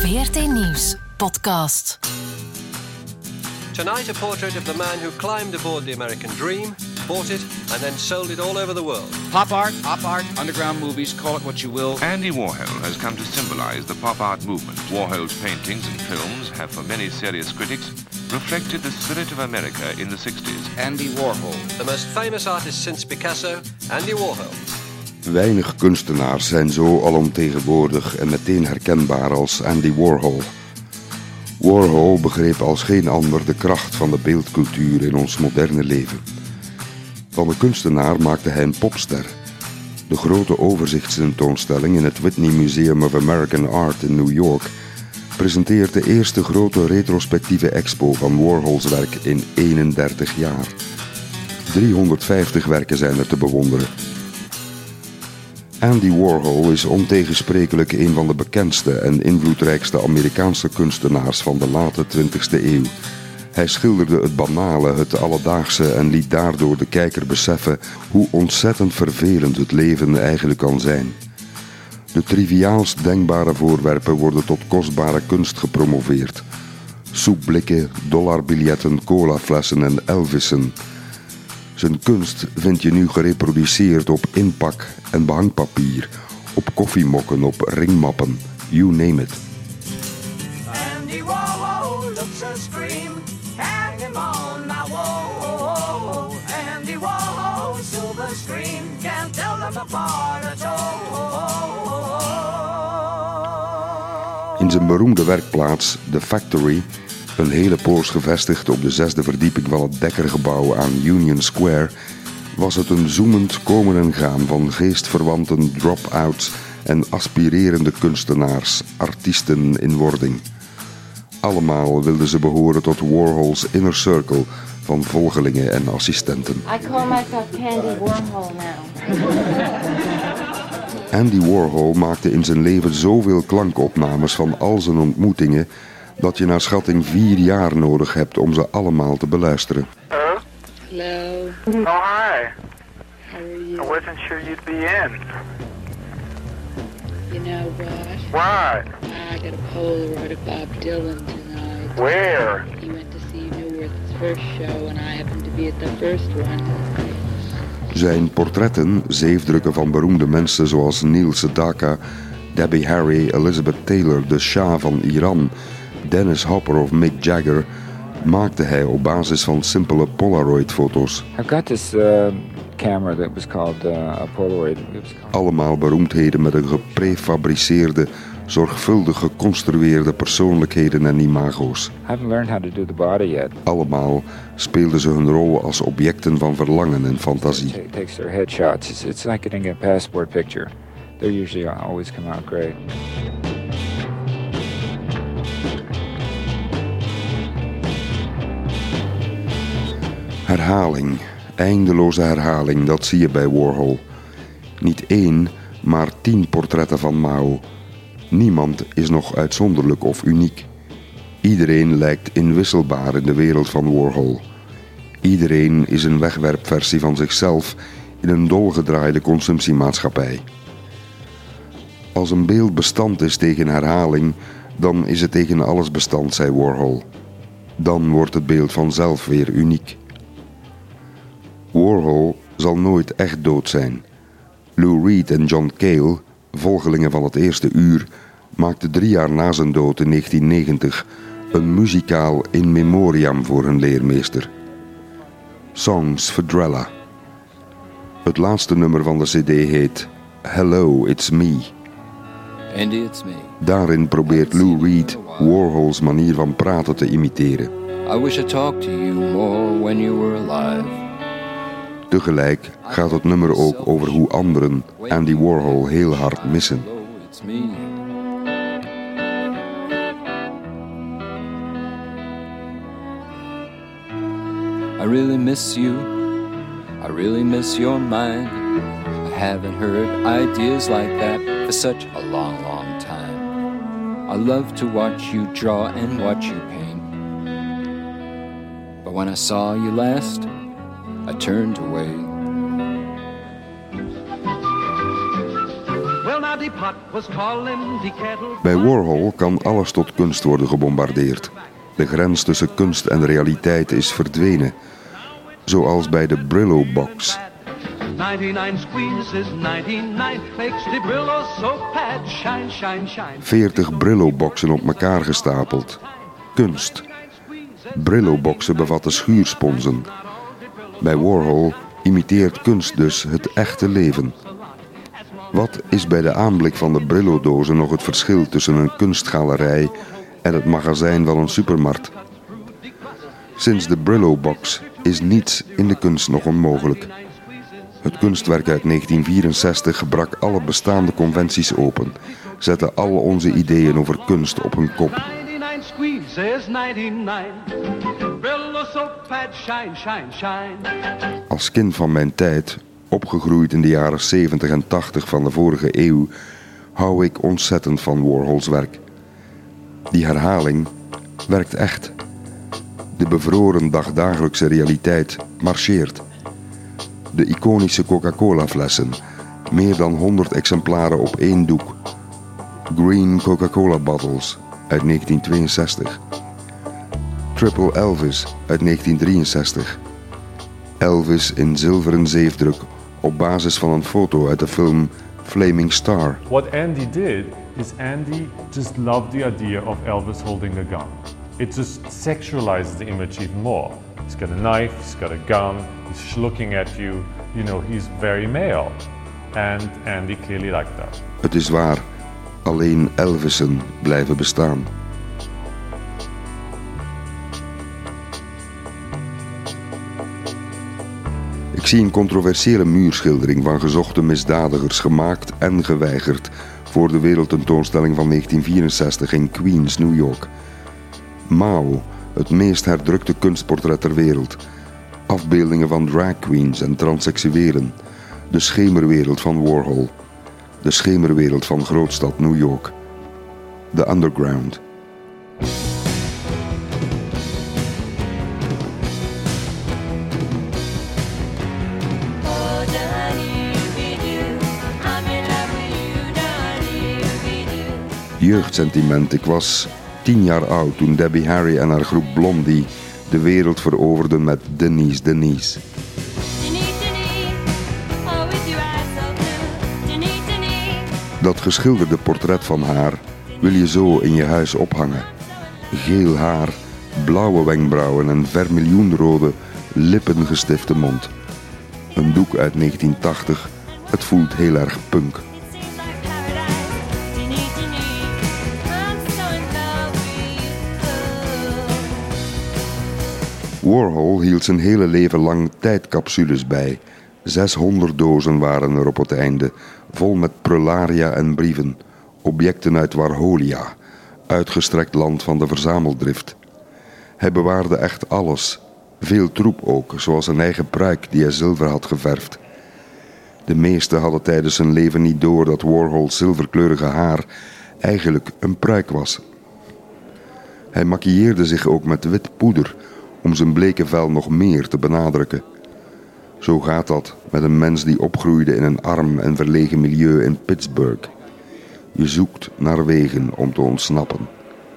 VRT Nieuws podcast. Tonight, a portrait of the man who climbed aboard the American dream, bought it, and then sold it all over the world. Pop art, underground movies, call it what you will. Andy Warhol has come to symbolize the pop art movement. Warhol's paintings and films have, for many serious critics, reflected the spirit of America in the 60s. Andy Warhol. The most famous artist since Picasso, Andy Warhol. Weinig kunstenaars zijn zo alomtegenwoordig en meteen herkenbaar als Andy Warhol. Warhol begreep als geen ander de kracht van de beeldcultuur in ons moderne leven. Van de kunstenaar maakte hij een popster. De grote overzichtstentoonstelling in het Whitney Museum of American Art in New York presenteert de eerste grote retrospectieve expo van Warhols werk in 31 jaar. 350 werken zijn er te bewonderen. Andy Warhol is ontegensprekelijk een van de bekendste en invloedrijkste Amerikaanse kunstenaars van de late 20e eeuw. Hij schilderde het banale, het alledaagse en liet daardoor de kijker beseffen hoe ontzettend vervelend het leven eigenlijk kan zijn. De triviaalst denkbare voorwerpen worden tot kostbare kunst gepromoveerd. Soepblikken, dollarbiljetten, colaflessen en Elvissen. Zijn kunst vind je nu gereproduceerd op inpak en behangpapier, op koffiemokken, op ringmappen, you name it. Andy Warhol looks a scream, hang him on my wall. Andy Warhol, silver screen, can't tell them apart at all. In zijn beroemde werkplaats, The Factory, een hele poos gevestigd op de 6e verdieping van het Dekkergebouw aan Union Square, was het een zoemend komen en gaan van geestverwanten, drop-outs en aspirerende kunstenaars, artiesten in wording. Allemaal wilden ze behoren tot Warhol's inner circle van volgelingen en assistenten. I call myself Candy Warhol now. Andy Warhol maakte in zijn leven zoveel klankopnames van al zijn ontmoetingen dat je naar schatting 4 jaar nodig hebt om ze allemaal te beluisteren. Hello. Oh, hi. How are you? I wasn't sure you'd be in. You know what? What? I got a Polaroid of Bob Dylan tonight. Where? He went to see Newworth's first show and I happened to be at the first one. Zijn portretten, zeefdrukken van beroemde mensen zoals Neil Sedaka, Debbie Harry, Elizabeth Taylor, de Shah van Iran, Dennis Hopper of Mick Jagger, maakte hij op basis van simpele Polaroid-foto's. I've got this camera that was called a Polaroid. Allemaal beroemdheden met een geprefabriceerde, zorgvuldig geconstrueerde persoonlijkheden en imago's. I haven't learned how to do the body yet. Allemaal speelden ze hun rol als objecten van verlangen en fantasie. It takes their headshots. It's like getting a passport picture. They usually always come out great. Herhaling, eindeloze herhaling, dat zie je bij Warhol. Niet 1, maar 10 portretten van Mao. Niemand is nog uitzonderlijk of uniek. Iedereen lijkt inwisselbaar in de wereld van Warhol. Iedereen is een wegwerpversie van zichzelf in een dolgedraaide consumptiemaatschappij. Als een beeld bestand is tegen herhaling, dan is het tegen alles bestand, zei Warhol. Dan wordt het beeld vanzelf weer uniek. Warhol zal nooit echt dood zijn. Lou Reed en John Cale, volgelingen van het eerste uur, maakten 3 jaar na zijn dood in 1990 een muzikaal in memoriam voor hun leermeester. Songs for Drella. Het laatste nummer van de cd heet Hello, It's Me. Andy, it's me. Daarin probeert Lou Reed Warhol's manier van praten te imiteren. I wish I talked to you more when you were alive. Tegelijk gaat het nummer ook over hoe anderen Andy Warhol heel hard missen. Hello, it's me. I really miss you. I really miss your mind. I haven't heard ideas like that for such a long, long time. I love to watch you draw and watch you paint. But when I saw you last, I turned away. Well, now, Bij Warhol kan alles tot kunst worden gebombardeerd. De grens tussen kunst en realiteit is verdwenen. Zoals bij de Brillo Box. 99 squeezes, 99 makes the Brillo soap pad shine, shine, shine. 40 Brillo-boxen op elkaar gestapeld. Kunst. Brillo-boxen bevatten schuursponsen. Bij Warhol imiteert kunst dus het echte leven. Wat is bij de aanblik van de Brillo-dozen nog het verschil tussen een kunstgalerij en het magazijn van een supermarkt? Sinds de Brillo-box is niets in de kunst nog onmogelijk. Het kunstwerk uit 1964 brak alle bestaande conventies open, zette al onze ideeën over kunst op hun kop. Als kind van mijn tijd, opgegroeid in de jaren 70 en 80 van de vorige eeuw, hou ik ontzettend van Warhols werk. Die herhaling werkt echt. De bevroren dagdagelijkse realiteit marcheert. De iconische Coca-Cola-flessen, meer dan 100 exemplaren op één doek. Green Coca-Cola Bottles uit 1962. Triple Elvis uit 1963. Elvis in zilveren zeefdruk op basis van een foto uit de film Flaming Star. What Andy did is Andy just loved the idea of Elvis holding a gun. It just sexualizes the image even more. He's got a knife, he's got a gun, he's looking at you, you know, he's very male. And Andy clearly liked that. Het is waar, alleen Elvissen blijven bestaan. Ik zie een controversiële muurschildering van gezochte misdadigers gemaakt en geweigerd voor de wereldtentoonstelling van 1964 in Queens, New York. Mao, het meest herdrukte kunstportret ter wereld. Afbeeldingen van drag queens en transseksuelen. De schemerwereld van Warhol. De schemerwereld van grootstad New York. De underground. Jeugdsentiment. Ik was 10 jaar oud toen Debbie Harry en haar groep Blondie de wereld veroverden met Denise Denise. Dat geschilderde portret van haar wil je zo in je huis ophangen. Geel haar, blauwe wenkbrauwen en vermiljoenrode, lippengestifte mond. Een doek uit 1980, het voelt heel erg punk. Warhol hield zijn hele leven lang tijdcapsules bij. 600 dozen waren er op het einde, vol met prularia en brieven. Objecten uit Warholia, uitgestrekt land van de verzameldrift. Hij bewaarde echt alles. Veel troep ook, zoals een eigen pruik die hij zilver had geverfd. De meesten hadden tijdens zijn leven niet door dat Warhol's zilverkleurige haar eigenlijk een pruik was. Hij maquilleerde zich ook met wit poeder om zijn bleke vel nog meer te benadrukken. Zo gaat dat met een mens die opgroeide in een arm en verlegen milieu in Pittsburgh. Je zoekt naar wegen om te ontsnappen.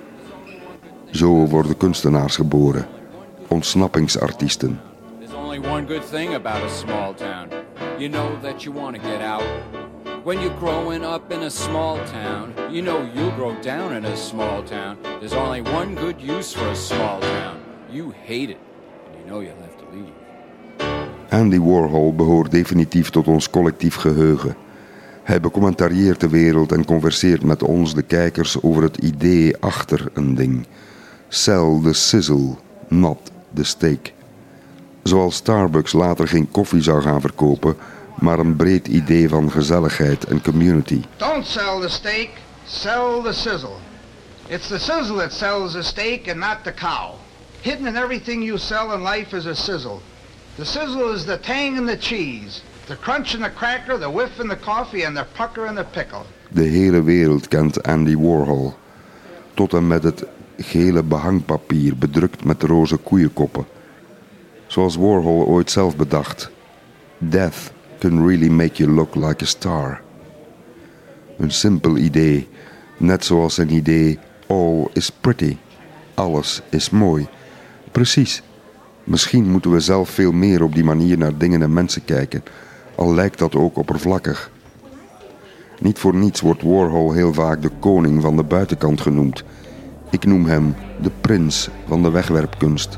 Zo worden kunstenaars geboren, ontsnappingsartiesten. There's only one good thing about a small town. You know that you want to get out. When you're growing up in a small town, you know you'll grow down in a small town. There's only one good use for a small town. You hate it, and you know you'll have to leave. Andy Warhol behoort definitief tot ons collectief geheugen. Hij becommentarieert de wereld en converseert met ons, de kijkers, over het idee achter een ding. Sell the sizzle, not the steak. Zoals Starbucks later geen koffie zou gaan verkopen, maar een breed idee van gezelligheid en community. Don't sell the steak, sell the sizzle. It's the sizzle that sells the steak and not the cow. Hidden in everything you sell in life is a sizzle. The sizzle is the tang in the cheese, the crunch in the cracker, the whiff in the coffee and the pucker in the pickle. De hele wereld kent Andy Warhol. Tot en met het gele behangpapier bedrukt met roze koeienkoppen. Zoals Warhol ooit zelf bedacht. Death can really make you look like a star. Een simpel idee, net zoals een idee all is pretty. Alles is mooi. Precies. Misschien moeten we zelf veel meer op die manier naar dingen en mensen kijken, al lijkt dat ook oppervlakkig. Niet voor niets wordt Warhol heel vaak de koning van de buitenkant genoemd. Ik noem hem de prins van de wegwerpkunst.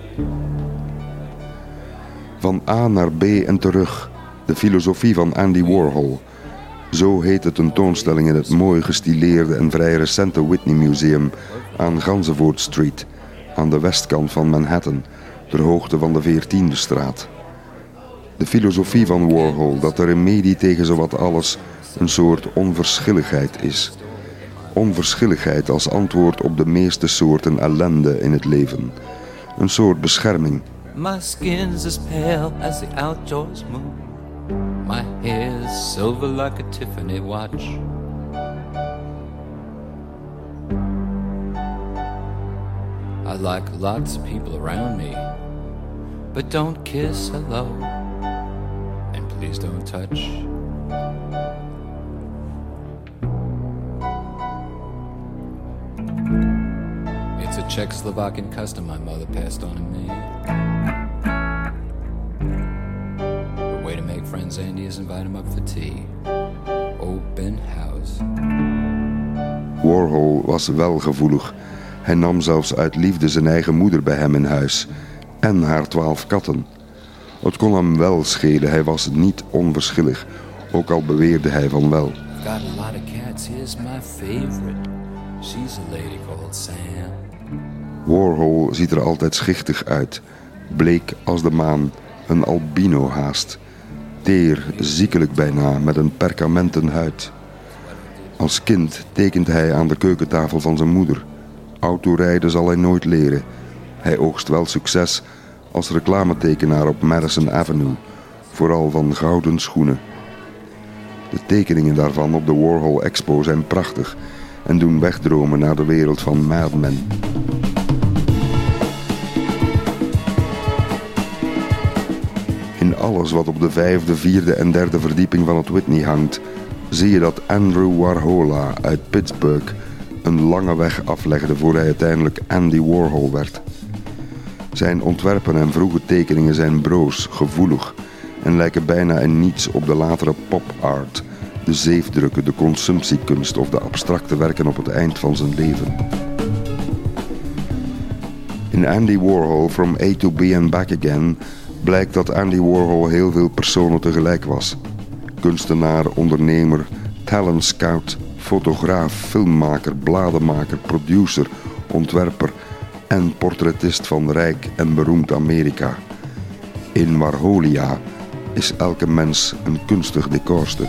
Van A naar B en terug, de filosofie van Andy Warhol. Zo heet de tentoonstelling in het mooi gestileerde en vrij recente Whitney Museum aan Gansevoort Street, aan de westkant van Manhattan, ter hoogte van de 14e straat. De filosofie van Warhol dat de remedie tegen zowat alles een soort onverschilligheid is. Onverschilligheid als antwoord op de meeste soorten ellende in het leven. Een soort bescherming. My skin's as pale as the outdoors moon. My hair's silver like a Tiffany watch. I like lots of people around me, but don't kiss hello, and please don't touch. It's a Czechoslovakian custom my mother passed on to me. The way to make friends, Andy, is invite him up for tea. Open house. Warhol was wel gevoelig. Hij nam zelfs uit liefde zijn eigen moeder bij hem in huis. En haar 12 katten. Het kon hem wel schelen, hij was niet onverschillig. Ook al beweerde hij van wel. Got a lot of cats, here's my favorite. She's a lady called Sam. Warhol ziet er altijd schichtig uit. Bleek als de maan, een albino haast. Teer, ziekelijk bijna, met een perkamenten huid. Als kind tekent hij aan de keukentafel van zijn moeder. Autorijden zal hij nooit leren. Hij oogst wel succes als reclametekenaar op Madison Avenue. Vooral van gouden schoenen. De tekeningen daarvan op de Warhol Expo zijn prachtig en doen wegdromen naar de wereld van Mad Men. In alles wat op de 5e, 4e en 3e verdieping van het Whitney hangt, zie je dat Andrew Warhola uit Pittsburgh een lange weg aflegde voor hij uiteindelijk Andy Warhol werd. Zijn ontwerpen en vroege tekeningen zijn broos, gevoelig en lijken bijna in niets op de latere pop art, de zeefdrukken, de consumptiekunst of de abstracte werken op het eind van zijn leven. In Andy Warhol, From A to B and Back Again, blijkt dat Andy Warhol heel veel personen tegelijk was. Kunstenaar, ondernemer, talent scout, fotograaf, filmmaker, bladenmaker, producer, ontwerper en portretist van rijk en beroemd Amerika. In Warholia is elke mens een kunstig decorstuk.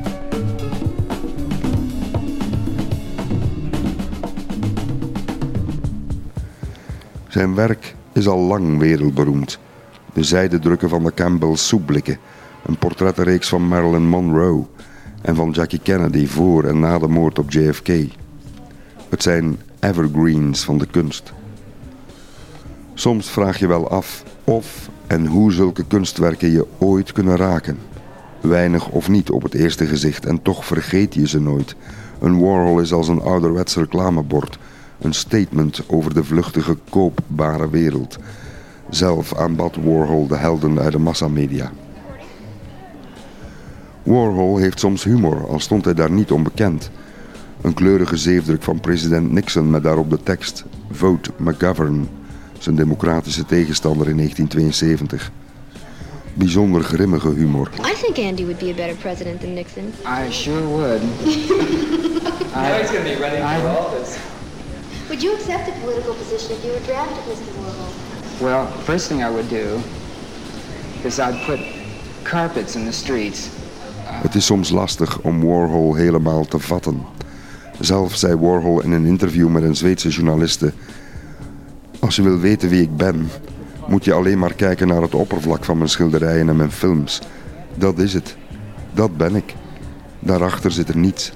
Zijn werk is al lang wereldberoemd. De zijdedrukken van de Campbell soepblikken, een portrettenreeks van Marilyn Monroe en van Jackie Kennedy voor en na de moord op JFK. Het zijn evergreens van de kunst. Soms vraag je wel af of en hoe zulke kunstwerken je ooit kunnen raken. Weinig of niet op het eerste gezicht en toch vergeet je ze nooit. Een Warhol is als een ouderwets reclamebord, een statement over de vluchtige, koopbare wereld. Zelf aanbad Warhol de helden uit de massamedia. Warhol heeft soms humor, al stond hij daar niet onbekend. Een kleurige zeefdruk van president Nixon met daarop de tekst Vote McGovern, zijn democratische tegenstander in 1972. Bijzonder grimmige humor. I think Andy would be a better president than Nixon. I sure would. Now he's going to be running for office. Would you accept a political position if you were drafted, Mr. Warhol? Well, first thing I would do is I'd put carpets in the streets. Het is soms lastig om Warhol helemaal te vatten. Zelf zei Warhol in een interview met een Zweedse journaliste: als je wil weten wie ik ben, moet je alleen maar kijken naar het oppervlak van mijn schilderijen en mijn films. Dat is het. Dat ben ik. Daarachter zit er niets.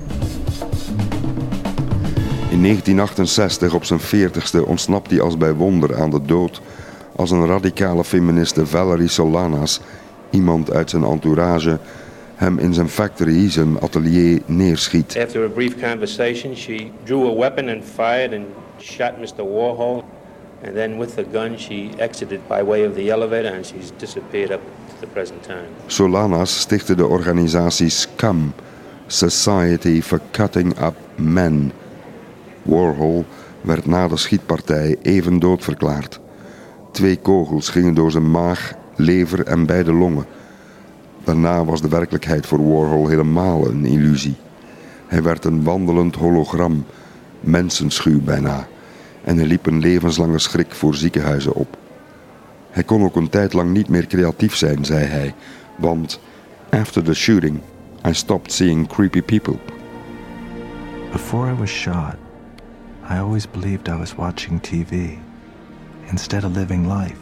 In 1968, op zijn 40ste, ontsnapt hij als bij wonder aan de dood als een radicale feministe Valerie Solanas, iemand uit zijn entourage, hem in zijn factory, zijn atelier, neerschiet. After a brief conversation, she drew a weapon and fired and shot Mr. Warhol. And then with the gun she exited by way of the elevator and she's disappeared up to the present time. Solanas stichtte de organisatie SCUM, Society for Cutting Up Men. Warhol werd na de schietpartij even dood verklaard. 2 kogels gingen door zijn maag, lever en beide longen. Daarna was de werkelijkheid voor Warhol helemaal een illusie. Hij werd een wandelend hologram, mensenschuw bijna. En hij liep een levenslange schrik voor ziekenhuizen op. Hij kon ook een tijd lang niet meer creatief zijn, zei hij, want after the shooting, I stopped seeing creepy people. Before I was shot, I always believed I was watching TV instead of living life.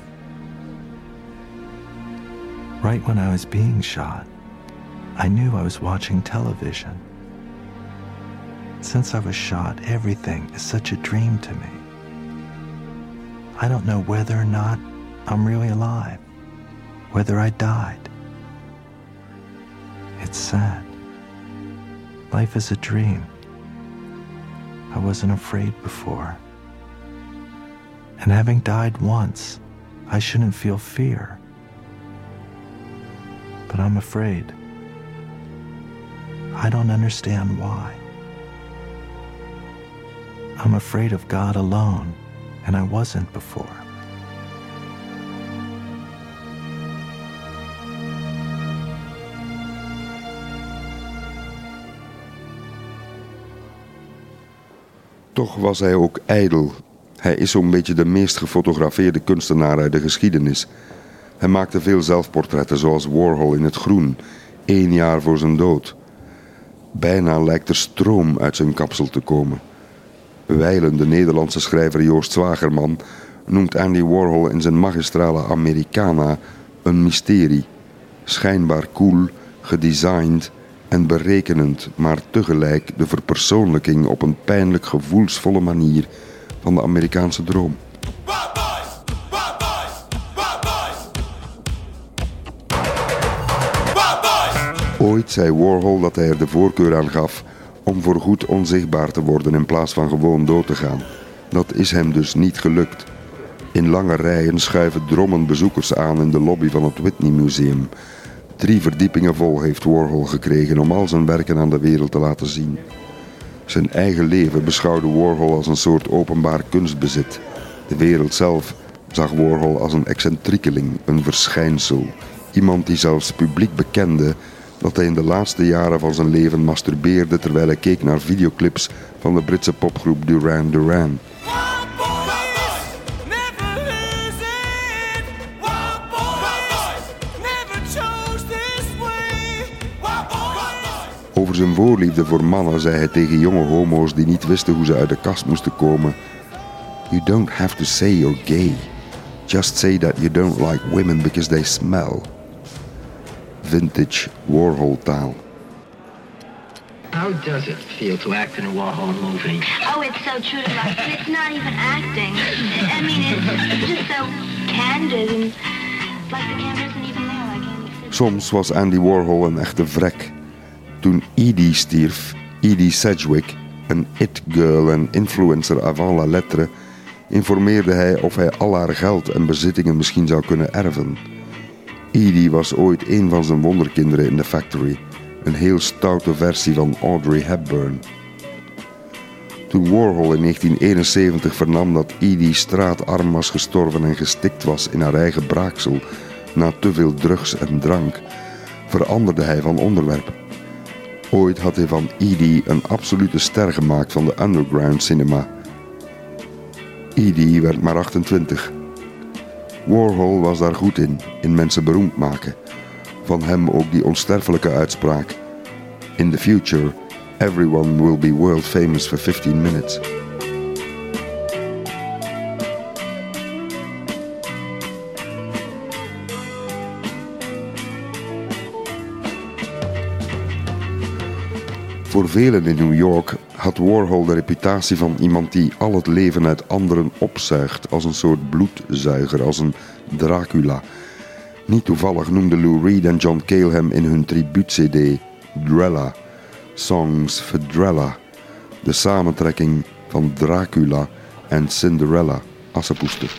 Right when I was being shot, I knew I was watching television. Since I was shot, everything is such a dream to me. I don't know whether or not I'm really alive, whether I died. It's sad. Life is a dream. I wasn't afraid before. And having died once, I shouldn't feel fear. But I'm afraid. I don't understand why. I'm afraid of God alone, and I wasn't before. Toch was hij ook ijdel. Hij is zo'n beetje de meest gefotografeerde kunstenaar uit de geschiedenis. Hij maakte veel zelfportretten, zoals Warhol in het groen, 1 jaar voor zijn dood. Bijna lijkt er stroom uit zijn kapsel te komen. Wijlen de Nederlandse schrijver Joost Zwagerman noemt Andy Warhol in zijn magistrale Americana een mysterie. Schijnbaar cool, gedesigned en berekenend, maar tegelijk de verpersoonlijking op een pijnlijk gevoelsvolle manier van de Amerikaanse droom. Ooit zei Warhol dat hij er de voorkeur aan gaf om voorgoed onzichtbaar te worden in plaats van gewoon dood te gaan. Dat is hem dus niet gelukt. In lange rijen schuiven drommen bezoekers aan in de lobby van het Whitney Museum. 3 verdiepingen vol heeft Warhol gekregen om al zijn werken aan de wereld te laten zien. Zijn eigen leven beschouwde Warhol als een soort openbaar kunstbezit. De wereld zelf zag Warhol als een excentriekeling, een verschijnsel. Iemand die zelfs publiek bekende dat hij in de laatste jaren van zijn leven masturbeerde terwijl hij keek naar videoclips van de Britse popgroep Duran Duran. Over zijn voorliefde voor mannen zei hij tegen jonge homo's die niet wisten hoe ze uit de kast moesten komen: You don't have to say you're gay. Just say that you don't like women because they smell. Vintage Warhol-taal. How does it feel to act in a Warhol movie? Oh, it's so true to life. And it's not even acting. I mean, it's just so candid and like the camera isn't even there. Soms was Andy Warhol een echte vrek. Toen Edie stierf, Edie Sedgwick, een it-girl en influencer avant la lettre, informeerde hij of hij al haar geld en bezittingen misschien zou kunnen erven. Edie was ooit een van zijn wonderkinderen in The Factory, een heel stoute versie van Audrey Hepburn. Toen Warhol in 1971 vernam dat Edie straatarm was gestorven en gestikt was in haar eigen braaksel na te veel drugs en drank, veranderde hij van onderwerp. Ooit had hij van Edie een absolute ster gemaakt van de underground cinema. Edie werd maar 28. Warhol was daar goed in mensen beroemd maken. Van hem ook die onsterfelijke uitspraak: In the future, everyone will be world famous for 15 minutes. Voor velen in New York had Warhol de reputatie van iemand die al het leven uit anderen opzuigt, als een soort bloedzuiger, als een Dracula. Niet toevallig noemden Lou Reed en John Cale hem in hun tribuut-cd Drella, Songs for Drella, de samentrekking van Dracula en Cinderella, Assepoester.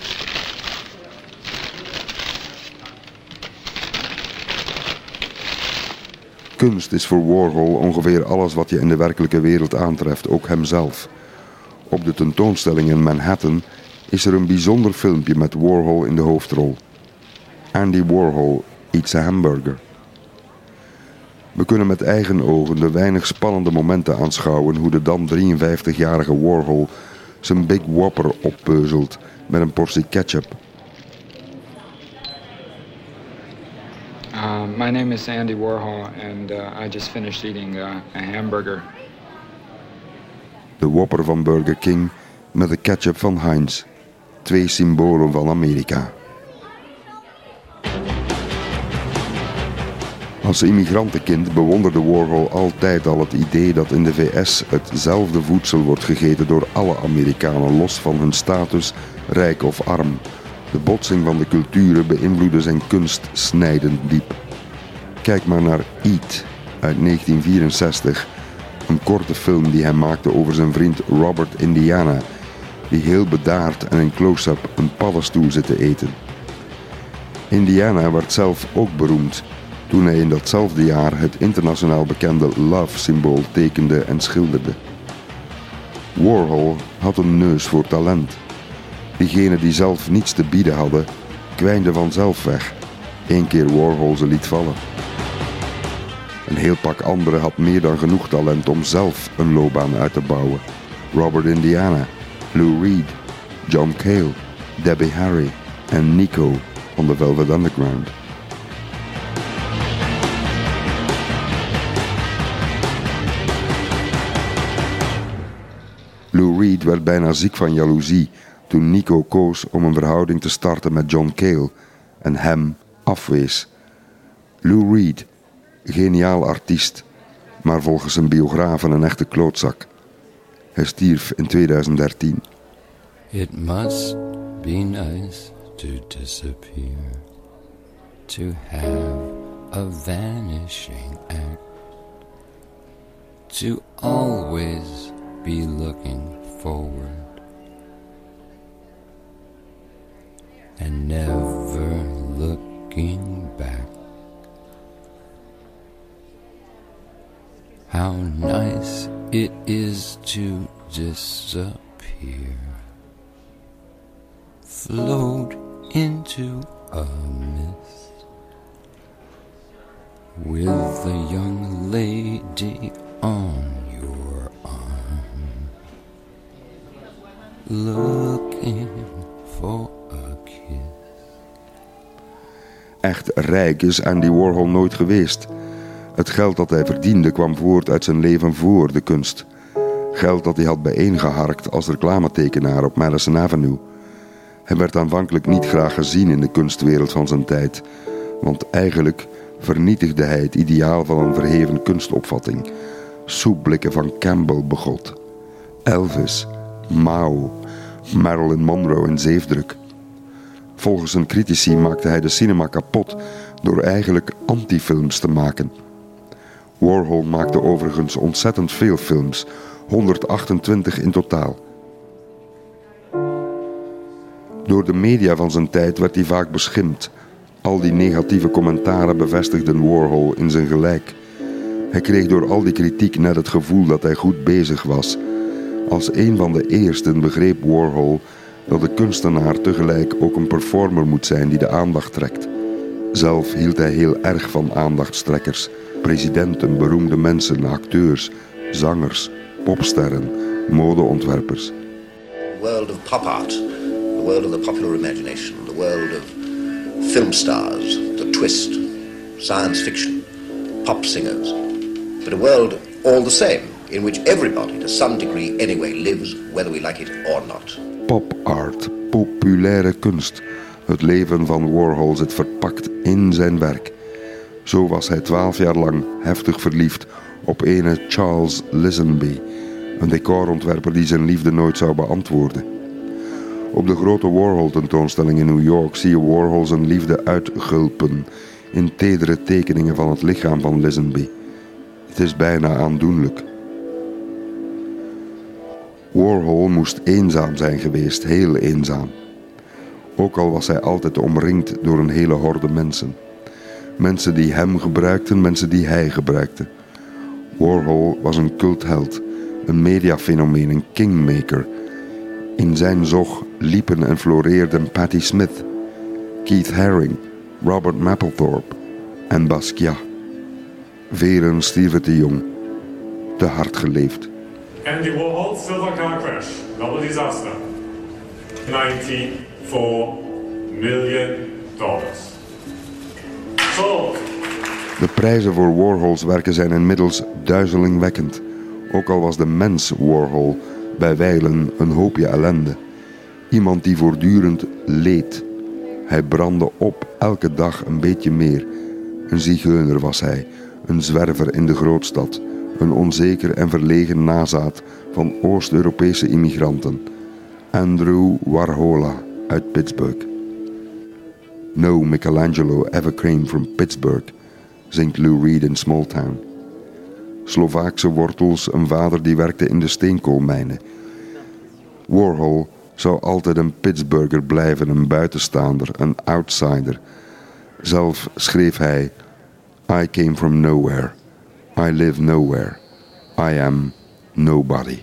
Kunst is voor Warhol ongeveer alles wat je in de werkelijke wereld aantreft, ook hemzelf. Op de tentoonstelling in Manhattan is er een bijzonder filmpje met Warhol in de hoofdrol. Andy Warhol eats a hamburger. We kunnen met eigen ogen de weinig spannende momenten aanschouwen hoe de dan 53-jarige Warhol zijn Big Whopper oppeuzelt met een portie ketchup. My name is Andy Warhol and I just finished eating a hamburger. De Whopper van Burger King met de ketchup van Heinz. 2 symbolen van Amerika. Als immigrantenkind bewonderde Warhol altijd al het idee dat in de VS hetzelfde voedsel wordt gegeten door alle Amerikanen, los van hun status, rijk of arm. De botsing van de culturen beïnvloedde zijn kunst snijdend diep. Kijk maar naar Eat uit 1964, een korte film die hij maakte over zijn vriend Robert Indiana, die heel bedaard en in close-up een paddenstoel zit te eten. Indiana werd zelf ook beroemd toen hij in datzelfde jaar het internationaal bekende love-symbool tekende en schilderde. Warhol had een neus voor talent. Diegenen die zelf niets te bieden hadden, kwijnden vanzelf weg. 1 keer Warhol ze liet vallen. Een heel pak anderen had meer dan genoeg talent om zelf een loopbaan uit te bouwen. Robert Indiana, Lou Reed, John Cale, Debbie Harry en Nico van The Velvet Underground. Lou Reed werd bijna ziek van jaloezie toen Nico koos om een verhouding te starten met John Cale en hem afwees. Lou Reed, geniaal artiest, maar volgens zijn biografen een echte klootzak. Hij stierf in 2013. It must be nice to disappear, to have a vanishing act, to always be looking forward and never looking back. How nice it is to disappear, float into a mist with a young lady on your arm, looking for a kiss. Echt rijk is Andy Warhol nooit geweest. Het geld dat hij verdiende kwam voort uit zijn leven voor de kunst. Geld dat hij had bijeengeharkt als reclametekenaar op Madison Avenue. Hij werd aanvankelijk niet graag gezien in de kunstwereld van zijn tijd, want eigenlijk vernietigde hij het ideaal van een verheven kunstopvatting. Soepblikken van Campbell begot. Elvis, Mao, Marilyn Monroe in zeefdruk. Volgens zijn critici maakte hij de cinema kapot door eigenlijk antifilms te maken. Warhol maakte overigens ontzettend veel films, 128 in totaal. Door de media van zijn tijd werd hij vaak beschimpt. Al die negatieve commentaren bevestigden Warhol in zijn gelijk. Hij kreeg door al die kritiek net het gevoel dat hij goed bezig was. Als een van de eersten begreep Warhol dat de kunstenaar tegelijk ook een performer moet zijn die de aandacht trekt. Zelf hield hij heel erg van aandachtstrekkers, presidenten, beroemde mensen, acteurs, zangers, popsterren, modeontwerpers. The world of pop art, the world of the popular imagination, the world of film stars, the twist, science fiction, pop singers, but a world all the same, in which everybody, to some degree anyway, lives, whether we like it or not. Pop art, populaire kunst. Het leven van Warhol zit verpakt in zijn werk. Zo was hij 12 jaar lang heftig verliefd op ene Charles Lisenby, een decorontwerper die zijn liefde nooit zou beantwoorden. Op de grote Warhol-tentoonstelling in New York zie je Warhol zijn liefde uitgulpen in tedere tekeningen van het lichaam van Lisenby. Het is bijna aandoenlijk. Warhol moest eenzaam zijn geweest, heel eenzaam. Ook al was hij altijd omringd door een hele horde mensen. Mensen die hem gebruikten, mensen die hij gebruikte. Warhol was een cultheld, een mediafenomeen, een kingmaker. In zijn zog liepen en floreerden Patti Smith, Keith Haring, Robert Mapplethorpe en Basquiat. Velen stierven te jong, te hard geleefd. Andy Warhol, silver car crash, not a disaster. $94 million. Sold. De prijzen voor Warhols werken zijn inmiddels duizelingwekkend. Ook al was de mens Warhol bij wijlen een hoopje ellende. Iemand die voortdurend leed. Hij brandde op, elke dag een beetje meer. Een zigeuner was hij, een zwerver in de grootstad. Een onzeker en verlegen nazaat van Oost-Europese immigranten. Andrew Warhola uit Pittsburgh. No Michelangelo ever came from Pittsburgh, zingt Lou Reed in Small Town. Slovaakse wortels, een vader die werkte in de steenkoolmijnen. Warhol zou altijd een Pittsburgher blijven, een buitenstaander, een outsider. Zelf schreef hij: I came from nowhere. I live nowhere. I am nobody.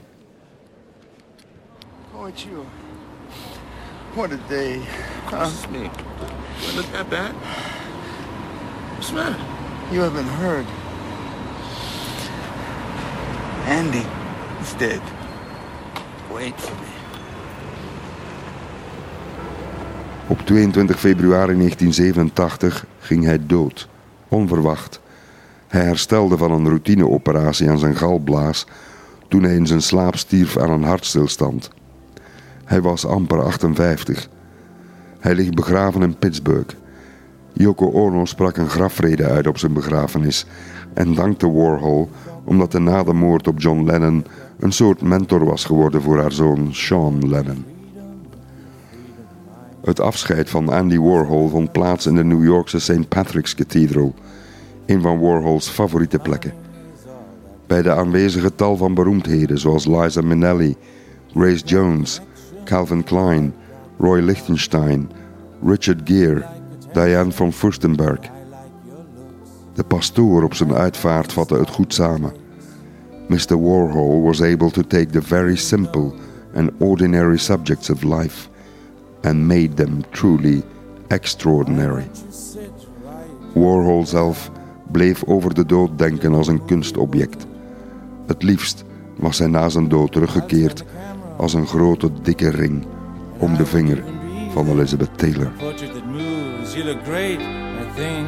Aren't you? What a day. This is me. Do I look that bad? What's the matter? You haven't heard. Andy is dead. Wait for me. Op 22 februari 1987 ging hij dood, onverwacht. Hij herstelde van een routineoperatie aan zijn galblaas toen hij in zijn slaap stierf aan een hartstilstand. Hij was amper 58. Hij ligt begraven in Pittsburgh. Yoko Ono sprak een grafrede uit op zijn begrafenis en dankte Warhol omdat hij na de moord op John Lennon een soort mentor was geworden voor haar zoon Sean Lennon. Het afscheid van Andy Warhol vond plaats in de New Yorkse St. Patrick's Cathedral, een van Warhols favoriete plekken. Bij de aanwezige tal van beroemdheden zoals Liza Minnelli, Grace Jones, Calvin Klein, Roy Lichtenstein, Richard Gere, Diane von Furstenberg. De pastoor op zijn uitvaart vatte het goed samen. Mr. Warhol was able to take the very simple and ordinary subjects of life and made them truly extraordinary. Warhol zelf bleef over de dood denken als een kunstobject. Het liefst was hij na zijn dood teruggekeerd als een grote dikke ring om de vinger van Elizabeth Taylor. You look great, I think.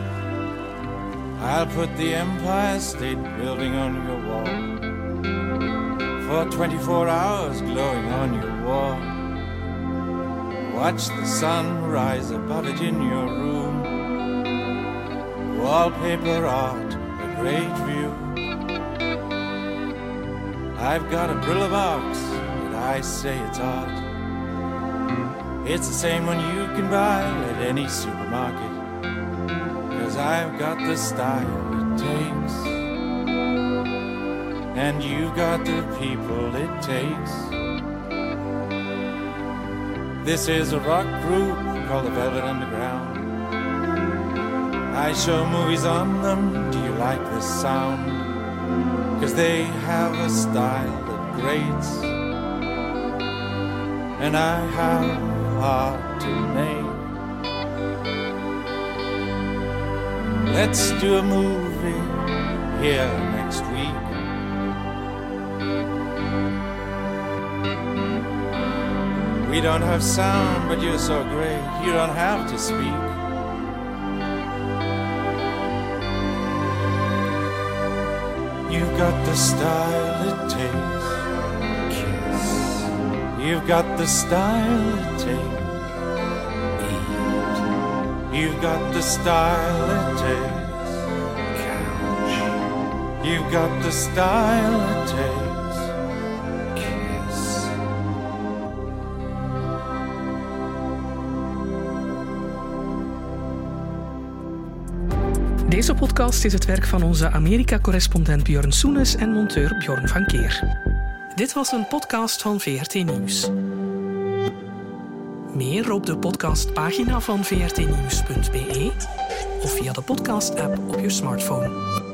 I'll put the Empire State Building on your wall for 24 hours glowing on your wall. Watch the sun rise above it in your room. Wallpaper art, a great view. I've got a Brillo box, and I say it's art. It's the same one you can buy at any supermarket, 'cause I've got the style it takes, and you've got the people it takes. This is a rock group called the Velvet Underground. I show movies on them, do you like the sound? 'Cause they have a style that grates, and I have hard to make. Let's do a movie here next week. We don't have sound, but you're so great, you don't have to speak. You've got the style it takes. Kiss. You've got the style it takes. Eat. You've got the style it takes. Couch. You've got the style it takes. Kiss. Deze podcast is het werk van onze Amerika-correspondent Björn Soenes en monteur Bjorn van Keer. Dit was een podcast van VRT Nieuws. Meer op de podcastpagina van vrtnieuws.be of via de podcast-app op je smartphone.